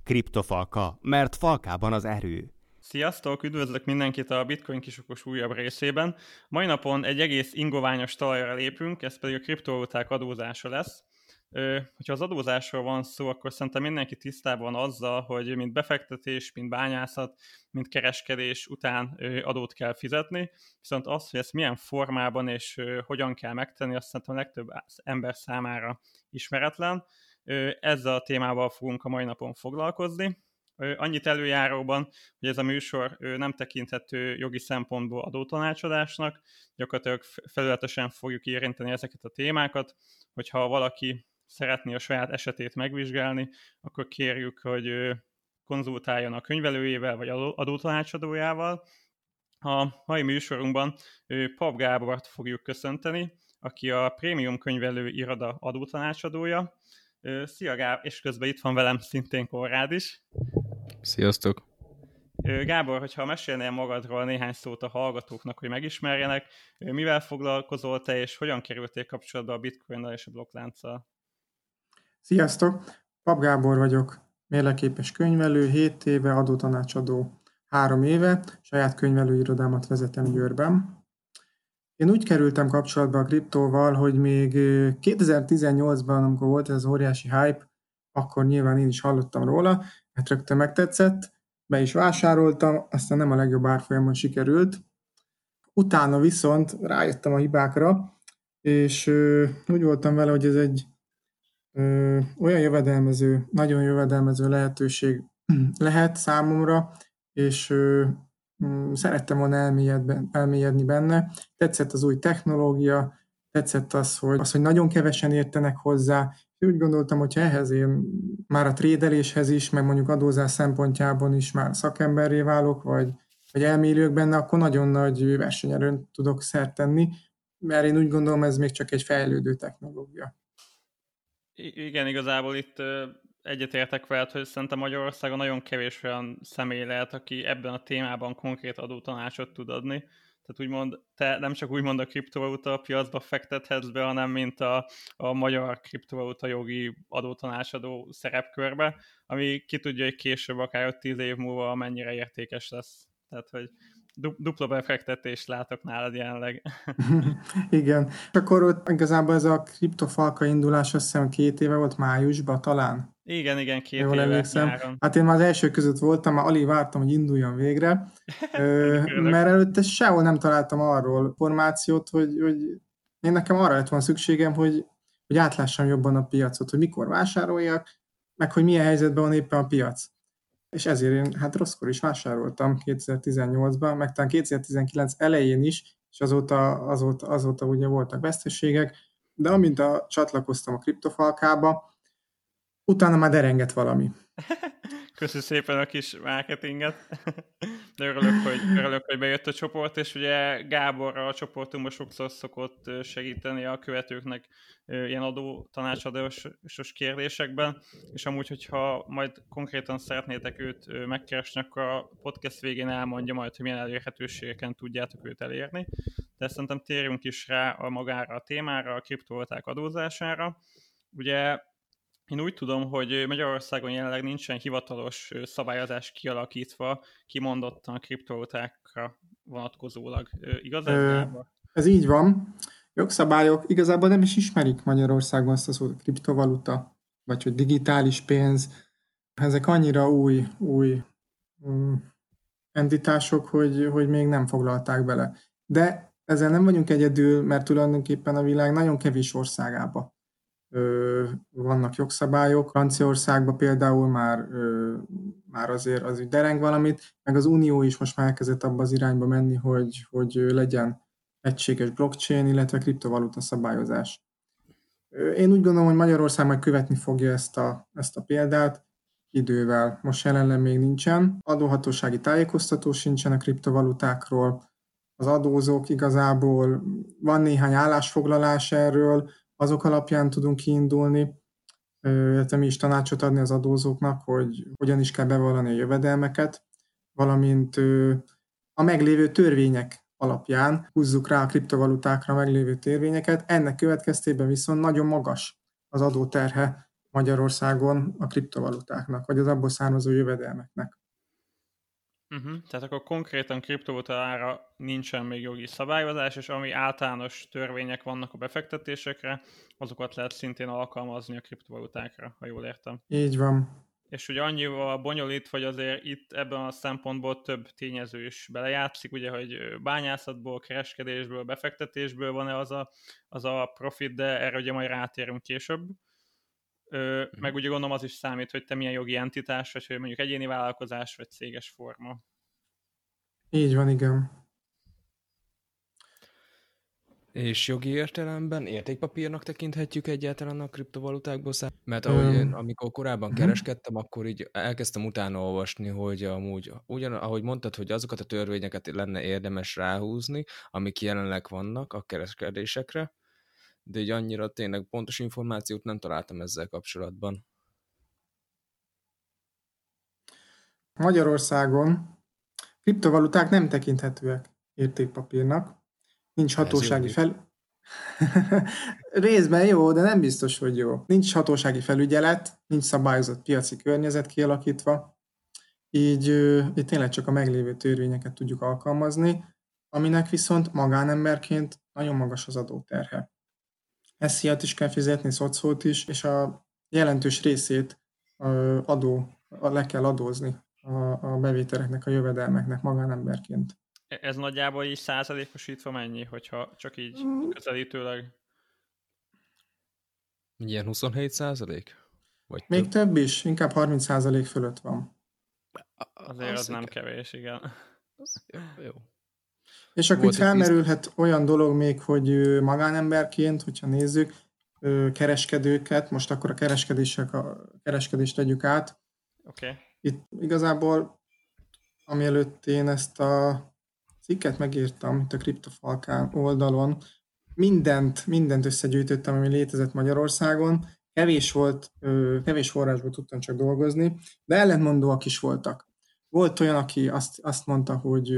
Kriptofalka, mert falkában az erő. Sziasztok, üdvözlök mindenkit a Bitcoin kisokos újabb részében. Mai napon egy egész ingoványos talajra lépünk, ez pedig a kriptovaluták adózása lesz. Hogyha az adózásról van szó, akkor szerintem mindenki tisztában van azzal, hogy mind befektetés, mind bányászat, mind kereskedés után adót kell fizetni, viszont az, hogy ezt milyen formában és hogyan kell megtenni, azt szerintem a legtöbb ember számára ismeretlen. Ezzel a témával fogunk a mai napon foglalkozni. Annyit előjáróban, hogy ez a műsor nem tekinthető jogi szempontból adótanácsadásnak, gyakorlatilag felületesen fogjuk érinteni ezeket a témákat, hogyha valaki szeretné a saját esetét megvizsgálni, akkor kérjük, hogy konzultáljon a könyvelőjével vagy adótanácsadójával. A mai műsorunkban Pap Gábort fogjuk köszönteni, aki a Prémium Könyvelő Iroda adótanácsadója. Szia Gábor, és közben itt van velem szintén Konrád is. Sziasztok! Gábor, hogyha mesélnél magadról néhány szót a hallgatóknak, hogy megismerjenek, mivel foglalkozol te, és hogyan kerültél kapcsolatba a Bitcoinnal és a blokklánccal? Sziasztok! Pap Gábor vagyok, mérleképes könyvelő, 7 éve, adótanácsadó 3 éve, saját könyvelőirodámat vezetem Győrben. Én úgy kerültem kapcsolatba a kriptóval, hogy még 2018-ban, amikor volt ez az óriási hype, akkor nyilván én is hallottam róla, mert rögtön megtetszett, be is vásároltam, aztán nem a legjobb árfolyamon sikerült. Utána viszont rájöttem a hibákra, és úgy voltam vele, hogy ez egy olyan jövedelmező, nagyon jövedelmező lehetőség lehet számomra, és szerettem volna elmélyedni benne. Tetszett az új technológia, tetszett az, hogy nagyon kevesen értenek hozzá. Úgy gondoltam, hogy ehhez én már a trédeléshez is, meg mondjuk adózás szempontjából is már szakemberré válok, vagy elmélyülök benne, akkor nagyon nagy versenyerőn tudok szert tenni, mert én úgy gondolom, ez még csak egy fejlődő technológia. Igen, igazából itt egyetértek veled, hogy szerintem Magyarországon nagyon kevés olyan személy lehet, aki ebben a témában konkrét adótanácsot tud adni. Tehát úgymond te nem csak úgymond a kriptovaluta piacba fektethetsz be, hanem mint a magyar kriptovaluta jogi adótanácsadó szerepkörbe, ami ki tudja, hogy később, akár 5-10 év múlva mennyire értékes lesz. Tehát, hogy dupla befektetést látok nálad jelenleg. Igen. Akkor ott igazából ez a kriptofalka indulás, azt hiszem 2 éve volt, májusban talán. Igen, 2 éve nyáron. Hát én már az első között voltam, már alig vártam, hogy induljon végre, mert előtte sehol nem találtam arról információt, hogy én nekem arra lett volna szükségem, hogy átlássam jobban a piacot, hogy mikor vásároljak, meg hogy milyen helyzetben van éppen a piac. És ezért én hát rosszkor is vásároltam 2018-ban, meg talán 2019 elején is, és azóta ugye voltak veszteségek, de amint csatlakoztam a kriptofalkába, utána már derengett valami. Köszönöm szépen a kis marketinget. De örülök, hogy bejött a csoport, és ugye Gábor a csoportunkban sokszor szokott segíteni a követőknek ilyen adó tanácsadásos kérdésekben, és amúgy, hogyha majd konkrétan szeretnétek őt megkeresni, akkor a podcast végén elmondja majd, hogy milyen elérhetőségeken tudjátok őt elérni. De szerintem térjünk is rá magára a témára, a kriptovaluták adózására. Ugye én úgy tudom, hogy Magyarországon jelenleg nincsen hivatalos szabályozás kialakítva, kimondottan a kriptovalutákra vonatkozólag. Igaz ez? Ez így van. Jogszabályok igazából nem is ismerik Magyarországon azt a szót, kriptovaluta, vagy hogy digitális pénz. Ezek annyira új entitások, hogy még nem foglalták bele. De ezzel nem vagyunk egyedül, mert tulajdonképpen a világ nagyon kevés országában vannak jogszabályok. Franciaországban például már azért az dereng valamit, meg az Unió is most már elkezdett abba az irányba menni, hogy legyen egységes blockchain, illetve kriptovaluta szabályozás. Én úgy gondolom, hogy Magyarország majd követni fogja ezt a példát idővel. Most jelenleg még nincsen. Adóhatósági tájékoztató sincsen a kriptovalutákról. Az adózók igazából van néhány állásfoglalás erről, azok alapján tudunk kiindulni, illetve mi is tanácsot adni az adózóknak, hogy hogyan is kell bevallani a jövedelmeket, valamint a meglévő törvények alapján húzzuk rá a kriptovalutákra meglévő törvényeket. Ennek következtében viszont nagyon magas az adóterhe Magyarországon a kriptovalutáknak, vagy az abból származó jövedelmeknek. Tehát akkor konkrétan kriptovalutára nincsen még jogi szabályozás, és ami általános törvények vannak a befektetésekre, azokat lehet szintén alkalmazni a kriptovalutákra, ha jól értem. Így van. És ugye annyival bonyolít, hogy azért itt ebben a szempontból több tényező is belejátszik, ugye, hogy bányászatból, kereskedésből, befektetésből van-e az a profit, de erre ugye majd rátérünk később. Meg ugye gondolom az is számít, hogy te milyen jogi entitás, vagy hogy mondjuk egyéni vállalkozás, vagy céges forma. Így van, igen. És jogi értelemben értékpapírnak tekinthetjük egyáltalán a kriptovalutákból mert ahogy én, amikor korábban kereskedtem, akkor így elkezdtem utána olvasni, hogy amúgy, ahogy mondtad, hogy azokat a törvényeket lenne érdemes ráhúzni, amik jelenleg vannak a kereskedésekre, de így annyira tényleg pontos információt nem találtam ezzel kapcsolatban. Magyarországon kriptovaluták nem tekinthetőek értékpapírnak. Nincs hatósági Részben jó, de nem biztos, hogy jó. Nincs hatósági felügyelet, nincs szabályozott piaci környezet kialakítva, így tényleg csak a meglévő törvényeket tudjuk alkalmazni, aminek viszont magánemberként nagyon magas az adóterhe. SZIA-t is kell fizetni, szocót is, és a jelentős részét le kell adózni a bevételeknek, a jövedelmeknek magánemberként. Ez nagyjából így százalékosítva mennyi, hogyha csak így közelítőleg? Ilyen 27%? Vagy még több is, inkább 30% fölött van. Azért az nem kevés, igen. Jó. És akkor itt felmerülhet olyan dolog még, hogy magánemberként, hogyha nézzük, kereskedőket, most akkor a kereskedést tegyük át. Okay. Itt igazából, amielőtt én ezt a cikket megírtam, itt a Kriptofalkán oldalon, mindent összegyűjtöttem, ami létezett Magyarországon. Kevés forrásból tudtam csak dolgozni, de ellentmondóak is voltak. Volt olyan, aki azt mondta, hogy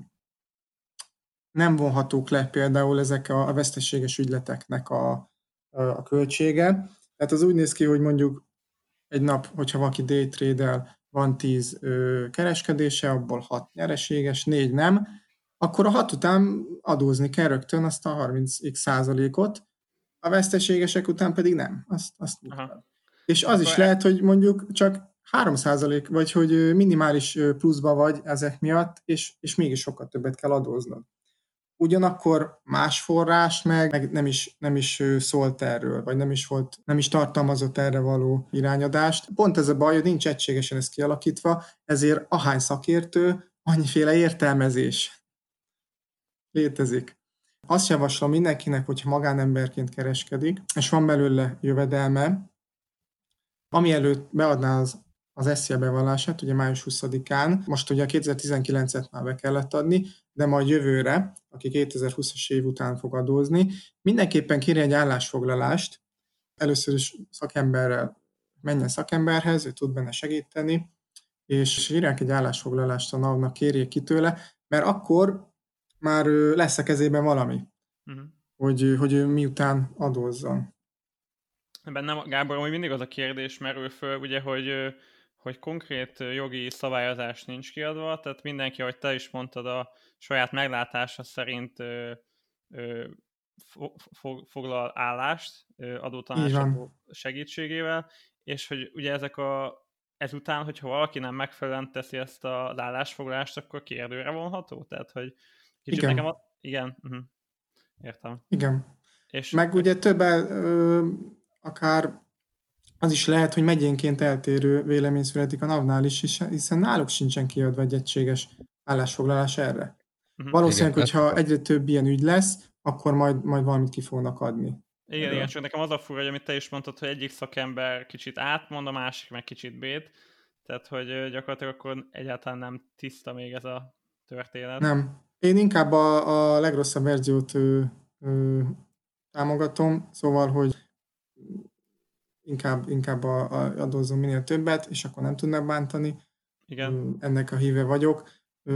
nem vonhatók le például ezek a veszteséges ügyleteknek a költsége. Tehát az úgy néz ki, hogy mondjuk egy nap, hogyha valaki daytrade-el, van 10 kereskedése, abból 6 nyereséges, 4 nem, akkor a 6 után adózni kell rögtön azt a 30%-ot, a veszteségesek után pedig nem. Azt és az is lehet, hogy mondjuk csak 3%, vagy hogy minimális pluszba vagy ezek miatt, és mégis sokkal többet kell adóznod. Ugyanakkor más forrás meg nem is szólt erről, vagy nem is tartalmazott erre való irányadást. Pont ez a baj, hogy nincs egységesen ez kialakítva, ezért ahány szakértő, annyiféle értelmezés létezik. Azt javaslom mindenkinek, hogyha magánemberként kereskedik, és van belőle jövedelme, ami előtt beadná az SZIA bevallását, ugye május 20-án, most ugye a 2019-et már be kellett adni, de majd jövőre, aki 2020-as év után fog adózni, mindenképpen kérje egy állásfoglalást, először is menjen szakemberhez, ő tud benne segíteni, és írják egy állásfoglalást a NAV-nak, kérjék ki tőle, mert akkor már lesz a kezében valami, hogy ő miután adózzon. Bennem, Gábor, hogy mindig az a kérdés merül föl, ugye, hogy konkrét jogi szabályozás nincs kiadva, tehát mindenki, ahogy te is mondtad, a saját meglátása szerint foglal állást adótanácsadó segítségével, és hogy ugye ezután, hogyha valaki nem megfelelően teszi ezt az állásfoglalást, akkor kérdőre vonható? Tehát, hogy kicsit igen. Nekem igen? Értem. Igen. És meg ugye akár az is lehet, hogy megyénként eltérő vélemény születik a NAV-nál is, hiszen náluk sincsen kiadva egy egységes állásfoglalás erre. Valószínűleg, hogyha egyre több ilyen ügy lesz, akkor majd valamit ki fognak adni. Igen, csak nekem az a fura, hogy amit te is mondtad, hogy egyik szakember kicsit átmond, a másik meg kicsit bét, tehát hogy gyakorlatilag akkor egyáltalán nem tiszta még ez a történet. Nem. Én inkább a legrosszabb verziót támogatom, szóval, hogy inkább adózzon minél többet, és akkor nem tudnak bántani. Igen. Ennek a híve vagyok.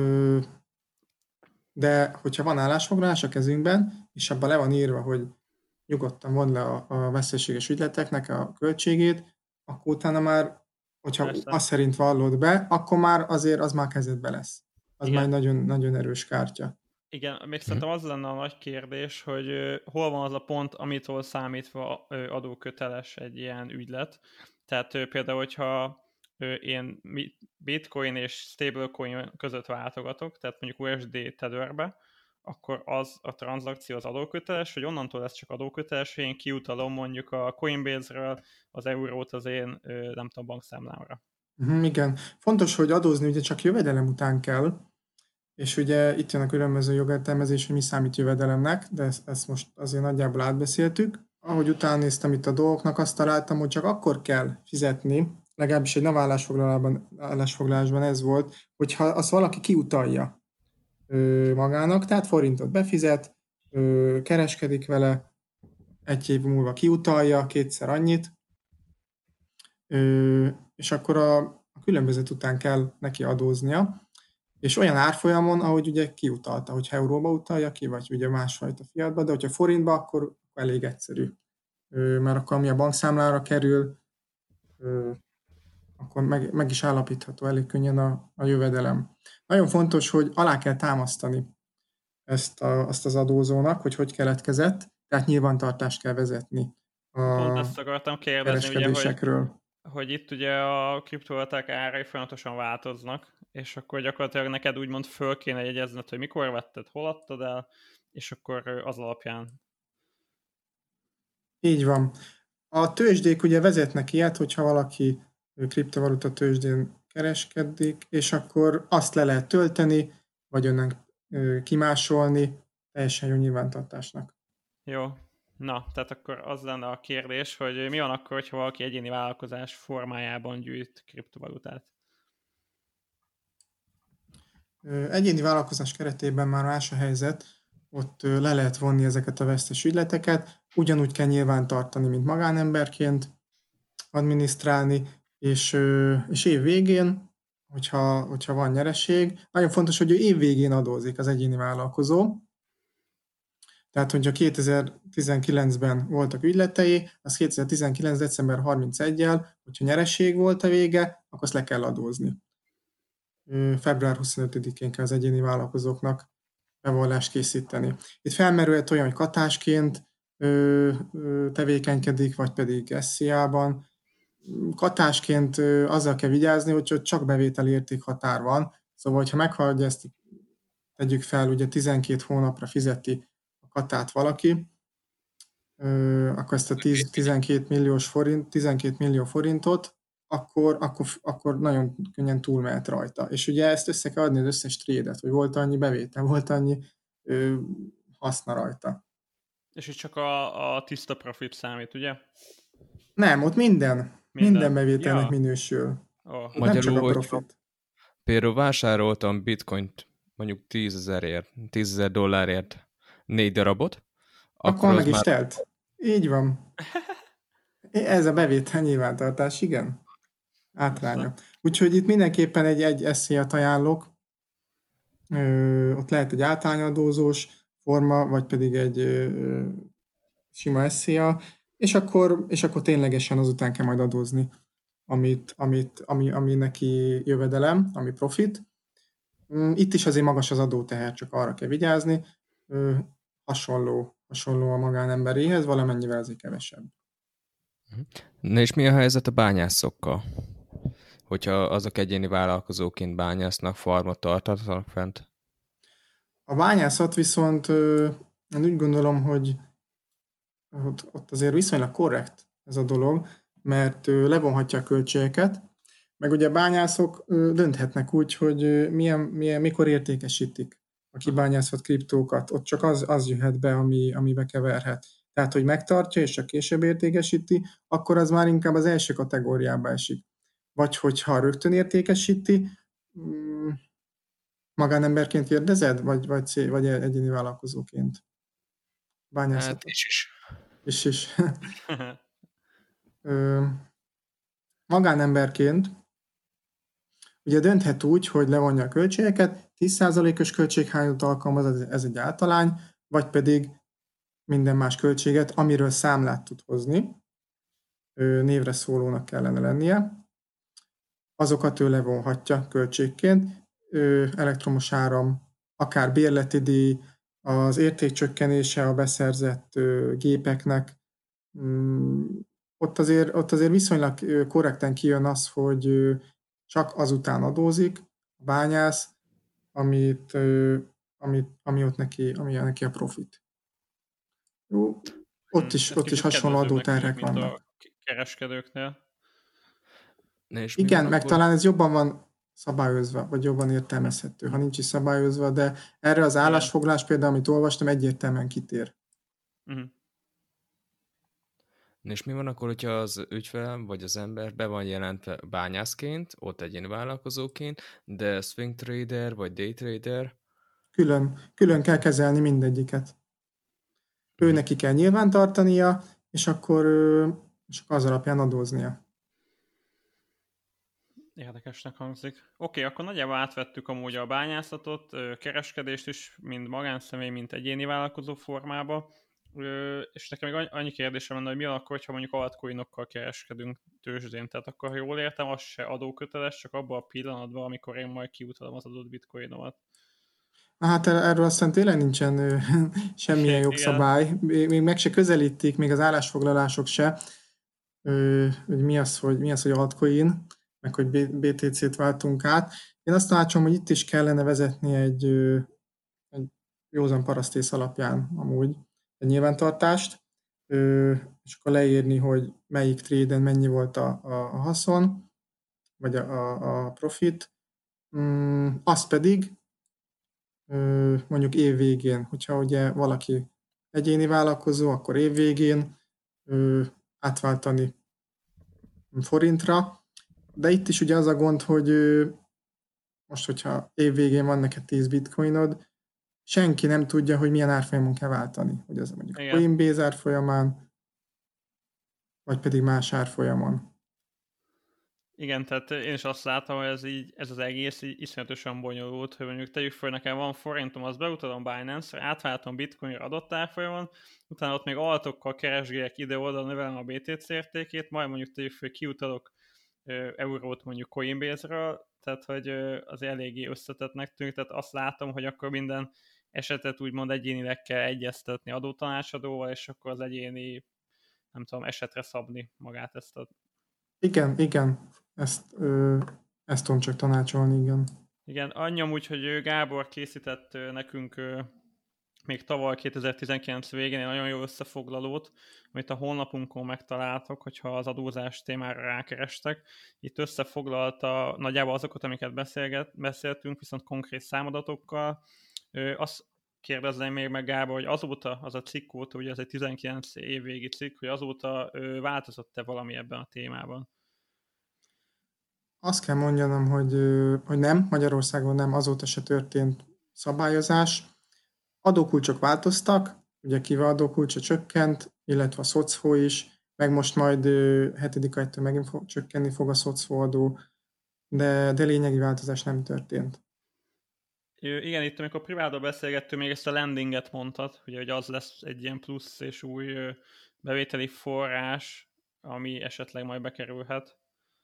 De hogyha van állásfoglalás a kezünkben, és abban le van írva, hogy nyugodtan von le a veszteséges ügyleteknek a költségét, akkor utána már, hogyha Persze. azt szerint vallod be, akkor már azért az már kezedbe lesz. Az Igen. már egy nagyon, nagyon erős kártya. Igen, még szerintem az lenne a nagy kérdés, hogy hol van az a pont, amitől számítva adóköteles egy ilyen ügylet. Tehát például, hogyha én bitcoin és stablecoin között váltogatok, tehát mondjuk USD tetherbe, akkor az a tranzakció az adóköteles, hogy onnantól lesz csak adóköteles, hogy én kiutalom mondjuk a Coinbase-ről az eurót az én, nem tudom, bankszámlámra. Igen. Fontos, hogy adózni ugye csak jövedelem után kell, és ugye itt jön a különböző jogértelmezés, hogy mi számít jövedelemnek, de ezt most azért nagyjából átbeszéltük. Ahogy utána néztem itt a dolgoknak, azt találtam, hogy csak akkor kell fizetni, legalábbis egy NAV állásfoglalásban ez volt, hogyha azt valaki kiutalja magának, tehát forintot befizet, kereskedik vele, egy év múlva kiutalja, kétszer annyit, és akkor a különbözet után kell neki adóznia, és olyan árfolyamon, ahogy ugye kiutalta, hogyha euróba utalja ki, vagy ugye másfajta fiatba, de hogyha forintba, akkor elég egyszerű. Mert akkor ami a bankszámlára kerül, akkor meg is állapítható elég könnyen a jövedelem. Nagyon fontos, hogy alá kell támasztani azt az adózónak, hogy keletkezett, tehát nyilvántartást kell vezetni Pont ezt akartam kérdezni, ugye, hogy itt ugye a kriptovaluták árai folyamatosan változnak, és akkor gyakorlatilag neked úgymond föl kéne jegyezned, hogy mikor vetted, hol adtad el, és akkor az alapján. Így van. A tőzsdék ugye vezetnek ilyet, hogyha valaki kriptovaluta tőzsdén kereskedik, és akkor azt le lehet tölteni, vagy önnek kimásolni, teljesen jó nyilvántartásnak. Jó. Na, tehát akkor az lenne a kérdés, hogy mi van akkor, hogyha valaki egyéni vállalkozás formájában gyűjt kriptovalutát? Egyéni vállalkozás keretében már más a helyzet, ott le lehet vonni ezeket a vesztes ügyleteket, ugyanúgy kell nyilván tartani, mint magánemberként, adminisztrálni, és év végén, hogyha van nyereség, nagyon fontos, hogy ő év végén adózik az egyéni vállalkozó. Tehát, hogyha 2019-ben voltak ügyletei, az 2019. december 31-jel, hogyha nyereség volt a vége, akkor azt le kell adózni. Február 25-én kell az egyéni vállalkozóknak bevallást készíteni. Itt felmerülhet olyan, hogy katásként tevékenykedik, vagy pedig SZIA-ban. Katásként azzal kell vigyázni, hogy csak bevételi értékhatár van. Szóval, hogyha meghaladja ezt, tegyük fel, ugye 12 hónapra fizeti a katát valaki, akkor ezt a 12 millió forintot, akkor nagyon könnyen túlmehet rajta. És ugye ezt össze kell adni az összes trédet, hogy volt annyi bevétel, volt annyi haszna rajta. És itt csak a tiszta profit számít, ugye? Nem, ott minden bevételnek minősül. Oh. Nem csak a profit. Például vásároltam bitcoint mondjuk 10.000 dollárért 4 darabot. Akkor meg is telt. Így van. Ez a bevétel nyilvántartás, igen. Átránya. Úgyhogy itt mindenképpen egy SZIA-t ajánlok. Ott lehet egy általányadózós forma, vagy pedig egy sima SZIA, és akkor ténylegesen azután kell majd adózni, ami neki jövedelem, ami profit. Itt is azért magas az adóteher, csak arra kell vigyázni. Hasonló a magánemberéhez, valamennyivel azért kevesebb. Na és mi a helyzet a bányászokkal? Hogyha azok egyéni vállalkozóként bányásznak, farmot tartanak fent? A bányászat viszont én úgy gondolom, hogy ott azért viszonylag korrekt ez a dolog, mert levonhatja a költségeket, meg ugye a bányászok dönthetnek úgy, hogy mikor értékesítik a kibányászott kriptókat. Ott csak az jöhet be, amibe keverhet. Tehát, hogy megtartja és csak később értékesíti, akkor az már inkább az első kategóriába esik. Vagy hogyha rögtön értékesíti, magánemberként kérdezed, vagy egyéni vállalkozóként? Bányászat. Hát is. Is. Magánemberként ugye dönthet úgy, hogy levonja a költségeket, 10%-os költséghányot alkalmaz, ez egy általány, vagy pedig minden más költséget, amiről számlát tud hozni. névre szólónak kellene lennie. Azokat ő levonhatja költségként, elektromos áram, akár bérleti díj, az értékcsökkenése a beszerzett gépeknek. Ott azért viszonylag korrekten kijön az, hogy csak azután adózik a bányász, ami neki a profit. Jó, ott is hasonló adóterhek vannak. A kereskedőknél. Igen, meg talán ez jobban van szabályozva, vagy jobban értelmezhető, ha nincs is szabályozva, de erre az állásfoglalás például, amit olvastam, egyértelműen kitér. Uh-huh. És mi van akkor, hogyha az ügyfel vagy az ember be van jelentve bányászként, ott egyéni vállalkozóként, de swing trader vagy day trader? Külön kell kezelni mindegyiket. Ő neki kell nyilvántartania, és akkor az alapján adóznia. Érdekesnek hangzik. Oké, akkor nagyjából átvettük amúgy a bányászatot, kereskedést is, mind magánszemély, mind egyéni vállalkozó formába. És nekem még annyi kérdésem lenne, hogy mi van akkor, ha mondjuk altcoinokkal kereskedünk tőzsdén. Tehát akkor, ha jól értem, az se adóköteles, csak abban a pillanatban, amikor én majd kiutalom az adott bitcoinomat. Hát erről aztán tényleg nincsen semmilyen jogszabály. Még meg se közelítik, még az állásfoglalások se, hogy mi az, hogy altcoin, meg hogy BTC-t váltunk át. Én azt tanácsolom, hogy itt is kellene vezetni egy józan parasztész alapján amúgy egy nyilvántartást, és akkor leírni, hogy melyik tréden mennyi volt a haszon, vagy a profit. Az pedig mondjuk évvégén, hogyha ugye valaki egyéni vállalkozó, akkor évvégén átváltani forintra. De itt is ugye az a gond, hogy most, hogyha évvégén van neked 10 bitcoinod, senki nem tudja, hogy milyen árfolyamon kell váltani. Hogy az mondjuk a Coinbase árfolyamán, vagy pedig más árfolyamon. Igen, tehát én is azt látom, hogy ez az egész így iszonyatosan bonyolult, hogy mondjuk tegyük föl, nekem van forintom, azt beutalom Binance-re, átváltom bitcoinra adott árfolyamon, utána ott még altokkal keresgélek ide-oda, növelem a BTC értékét, majd mondjuk tegyük föl, kiutalok eurót mondjuk Coinbase-ről, tehát hogy az eléggé összetettnek tűnik, tehát azt látom, hogy akkor minden esetet úgymond egyénileg kell egyeztetni adótanácsadóval, és akkor az egyéni, nem tudom, esetre szabni magát ezt a... Igen, ezt tudom csak tanácsolni, igen. Igen, annyi amúgy, hogy Gábor készített nekünk még tavaly 2019 végén egy nagyon jó összefoglalót, amit a honlapunkon megtaláltok, hogyha az adózás témára rákerestek. Itt összefoglalta nagyjából azokat, amiket beszéltünk, viszont konkrét számadatokkal. Azt kérdezném még meg, Gábor, hogy azóta, az a cikk óta, ugye ez egy 19 évvégi cikk, hogy azóta változott-e valami ebben a témában? Azt kell mondjanom, hogy nem, Magyarországon nem, azóta se történt szabályozás. Adókulcsok változtak, ugye kiva adókulcsa csökkent, illetve a szocfó is, meg most majd 7.1-től megint csökkenni fog a szocfó adó, de lényegi változás nem történt. Igen, itt amikor privátban beszélgettünk, még ezt a landinget mondtad, ugye, hogy az lesz egy ilyen plusz és új bevételi forrás, ami esetleg majd bekerülhet.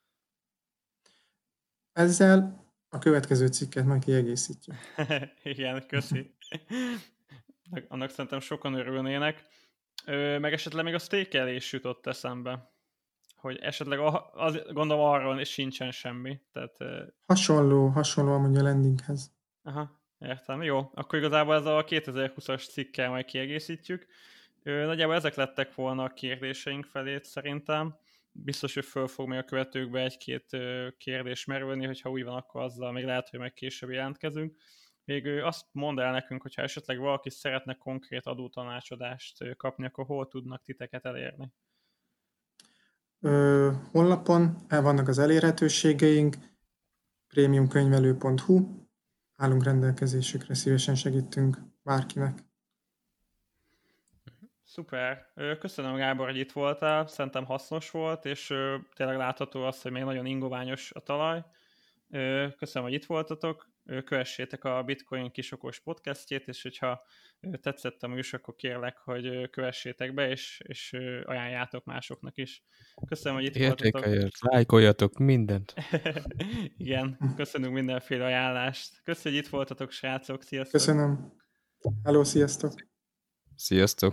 Ezzel a következő cikket majd kiegészítjük. Igen, köszi. Annak szerintem sokan örülnének. Meg esetleg még a stakelés jutott eszembe. Hogy esetleg gondolom arról sincsen semmi. Tehát, hasonló mondja a landinghez. Aha, értem. Jó, akkor igazából ez a 2020-as cikkkel majd kiegészítjük. Nagyjából ezek lettek volna a kérdéseink felé szerintem. Biztos, hogy föl fog még a követőkbe egy-két kérdés merülni, hogyha úgy van, akkor azzal még lehet, hogy meg később jelentkezünk. Még azt mondd el nekünk, hogyha esetleg valaki szeretne konkrét adótanácsadást kapni, akkor hol tudnak titeket elérni? Honlapon vannak az elérhetőségeink, premiumkönyvelő.hu, állunk rendelkezésükre, szívesen segítünk bárkinek. Szuper. Köszönöm, Gábor, hogy itt voltál. Szerintem hasznos volt, és tényleg látható az, hogy még nagyon ingoványos a talaj. Köszönöm, hogy itt voltatok. kövessétek a Bitcoin Kisokos podcastjét, és hogyha tetszett a műsor, akkor kérlek, hogy kövessétek be, és ajánljátok másoknak is. Köszönöm, hogy itt voltatok. Lájkoljatok mindent. Igen, köszönünk mindenféle ajánlást. Köszönjük, hogy itt voltatok, srácok. Sziasztok! Köszönöm. Hello, sziasztok! Sziasztok!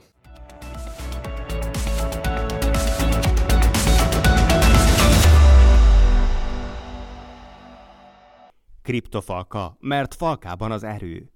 Kriptofalka, mert falkában az erő.